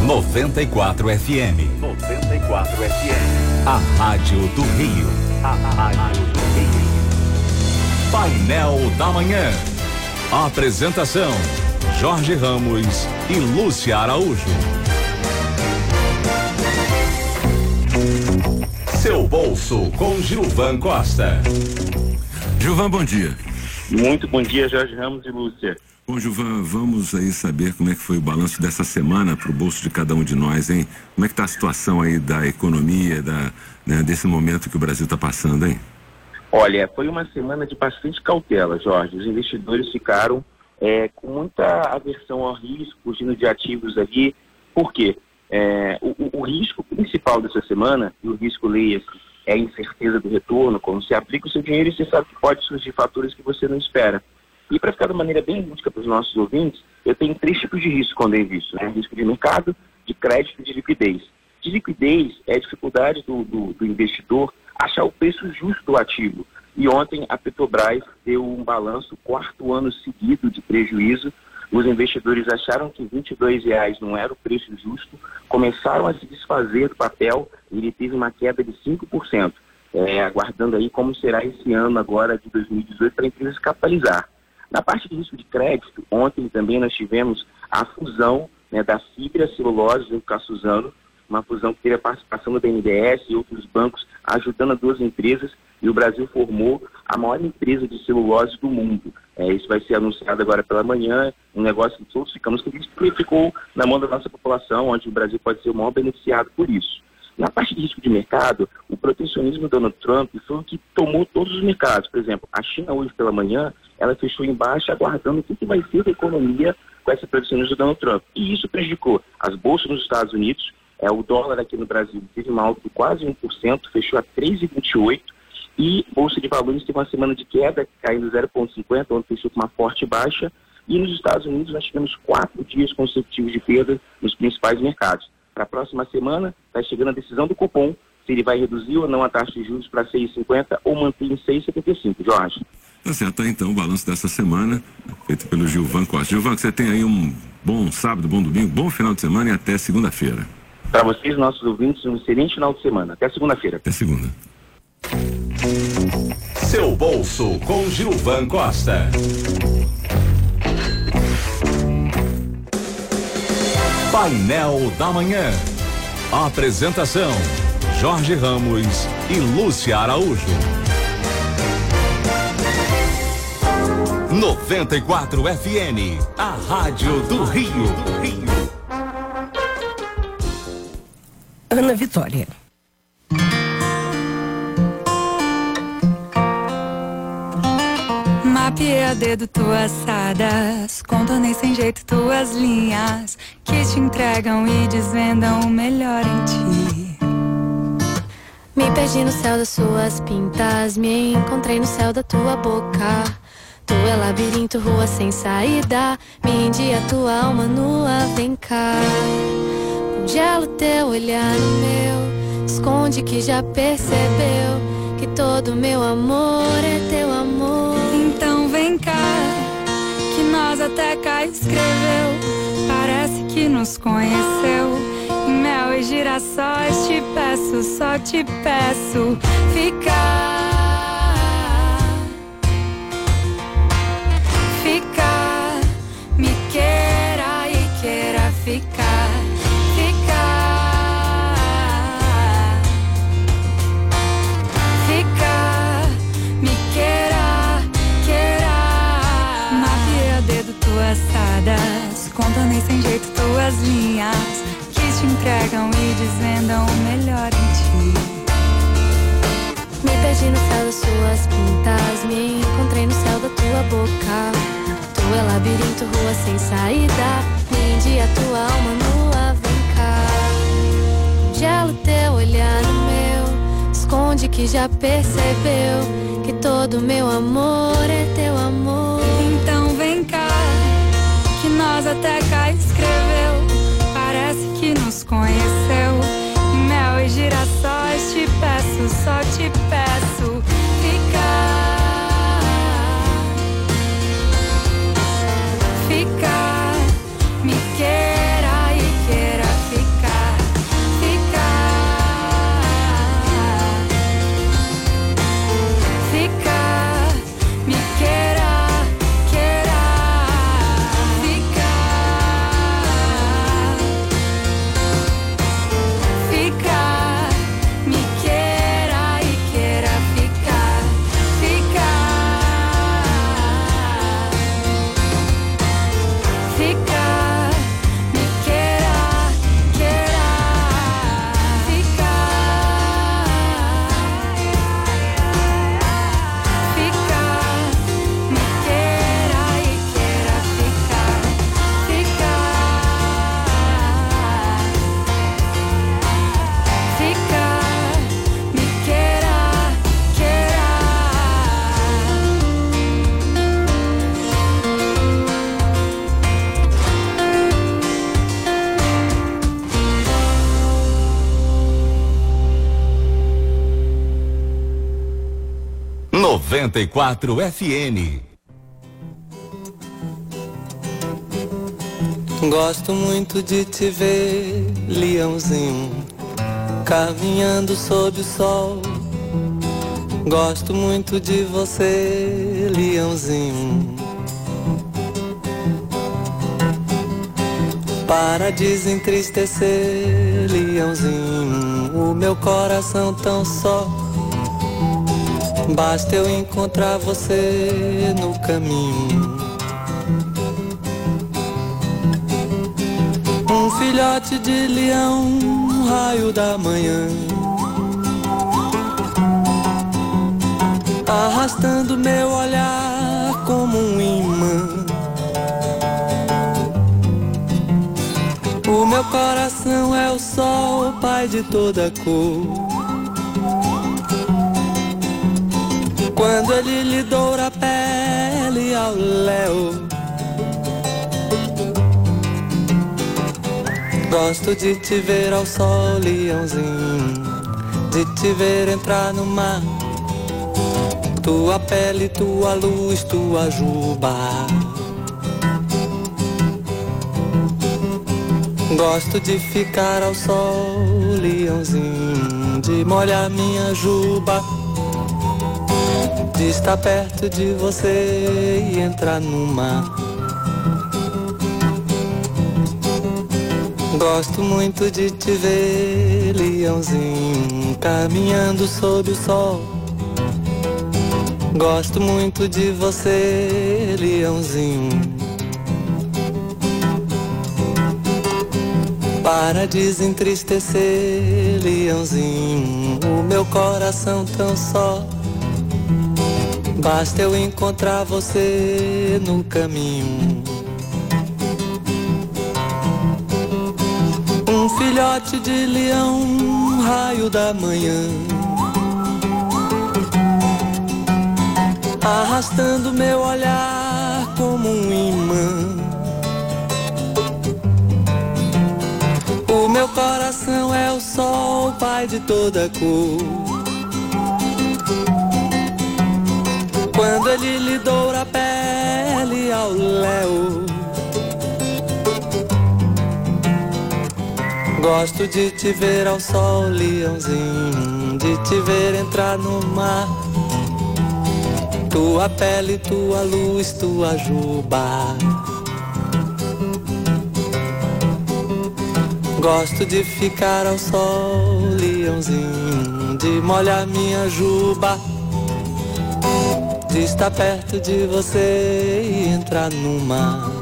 94 FM. 94 FM. A Rádio do Rio. A Rádio do Rio. Painel da Manhã. Apresentação: Jorge Ramos e Lúcia Araújo. Seu bolso com Gilvan Costa. Gilvan, bom dia. Muito bom dia, Jorge Ramos e Lúcia. Bom, Gilvan, vamos aí saber como é que foi o balanço dessa semana para o bolso de cada um de nós, hein? Como é que está a situação aí da economia, desse momento que o Brasil está passando, hein? Olha, foi uma semana de bastante cautela, Jorge. Os investidores ficaram com muita aversão ao risco, fugindo de ativos ali. Por quê? O risco principal dessa semana, e o risco leia-se, é a incerteza do retorno. Quando você aplica o seu dinheiro, você sabe que pode surgir faturas que você não espera. E para ficar de maneira bem lúdica para os nossos ouvintes, eu tenho 3 tipos de risco quando eu invisto, né? Risco de mercado, de crédito e de liquidez. De liquidez é a dificuldade do investidor achar o preço justo do ativo. E ontem a Petrobras deu um balanço, 4º ano seguido de prejuízo. Os investidores acharam que R$22 não era o preço justo, começaram a se desfazer do papel e ele teve uma queda de 5%. Aguardando aí como será esse ano agora de 2018 para a empresa se capitalizar. Na parte de risco de crédito, ontem também nós tivemos a fusão, né, da Fibra Celulose junto com a Suzano, uma fusão que teve a participação do BNDES e outros bancos ajudando as 2 empresas, e o Brasil formou a maior empresa de celulose do mundo. Isso vai ser anunciado agora pela manhã, um negócio que todos ficamos felizes porque ficou na mão da nossa população, onde o Brasil pode ser o maior beneficiado por isso. Na parte de risco de mercado, o protecionismo do Donald Trump foi o que tomou todos os mercados. Por exemplo, a China hoje pela manhã, ela fechou em baixa aguardando o que vai ser da economia com esse protecionismo do Donald Trump. E isso prejudicou as bolsas nos Estados Unidos. O dólar aqui no Brasil teve uma alta de quase 1%, fechou a 3,28%. E Bolsa de Valores teve uma semana de queda, caindo 0,50%, onde fechou com uma forte baixa. E nos Estados Unidos nós tivemos 4 dias consecutivos de perda nos principais mercados. Para a próxima semana, está chegando a decisão do Copom, se ele vai reduzir ou não a taxa de juros para 6,50 ou manter em 6,75, Jorge. Tá certo, então o balanço dessa semana, feito pelo Gilvan Costa. Gilvan, que você tem aí um bom sábado, bom domingo, bom final de semana e até segunda-feira. Para vocês, nossos ouvintes, um excelente final de semana. Até segunda-feira. Até segunda. Seu bolso com Gilvan Costa. Painel da Manhã. Apresentação: Jorge Ramos e Lúcia Araújo. 94 FM, a Rádio do Rio. Ana Vitória. Mapeei a dedo tuas sadas, contornei sem jeito tuas linhas, que te entregam e desvendam o melhor em ti. Me perdi no céu das suas pintas, me encontrei no céu da tua boca. Tu é labirinto, rua sem saída, me india tua alma nua, vem cá. Congela o teu olhar no meu, esconde que já percebeu que todo meu amor é teu amor. Então vem cá, que nós até cá escreveu, parece que nos conheceu. Em mel e girassóis te peço, só te peço ficar. Ficar, me queira e queira ficar. Ficar, ficar, me queira, queira. Mapeei a dedo tuas sadas, contornei sem jeito tuas linhas, que te entregam e desvendam o melhor em ti. Me perdi no céu das suas pintas, me encontrei no céu da tua boca. Tu é labirinto, rua sem saída, me india tua alma nua, vem cá. Congela o teu olhar no meu, esconde que já percebeu que todo meu amor é teu amor. Então vem cá, que nós até cá escreveu, parece que nos conheceu. Em mel e girassóis te peço, só te peço ficar. Ficar, me queira e queira ficar. 94 FM. Gosto muito de te ver, leãozinho, caminhando sob o sol. Gosto muito de você, leãozinho. Para desentristecer, leãozinho, o meu coração tão só. Basta eu encontrar você no caminho. Um filhote de leão, um raio da manhã, arrastando meu olhar como um imã. O meu coração é o sol, pai de toda cor. Quando ele lhe doura a pele ao léu, gosto de te ver ao sol, leãozinho, de te ver entrar no mar. Tua pele, tua luz, tua juba. Gosto de ficar ao sol, leãozinho, de molhar minha juba, de estar perto de você e entrar no mar. Gosto muito de te ver, leãozinho, caminhando sob o sol. Gosto muito de você, leãozinho. Para desentristecer, leãozinho, o meu coração tão só. Basta eu encontrar você no caminho. Um filhote de leão, um raio da manhã, arrastando meu olhar como um imã. O meu coração é o sol, pai de toda cor. Quando ele lhe doura a pele ao léu, gosto de te ver ao sol, leãozinho, de te ver entrar no mar. Tua pele, tua luz, tua juba. Gosto de ficar ao sol, leãozinho, de molhar minha juba, de estar perto de você e entrar no mar.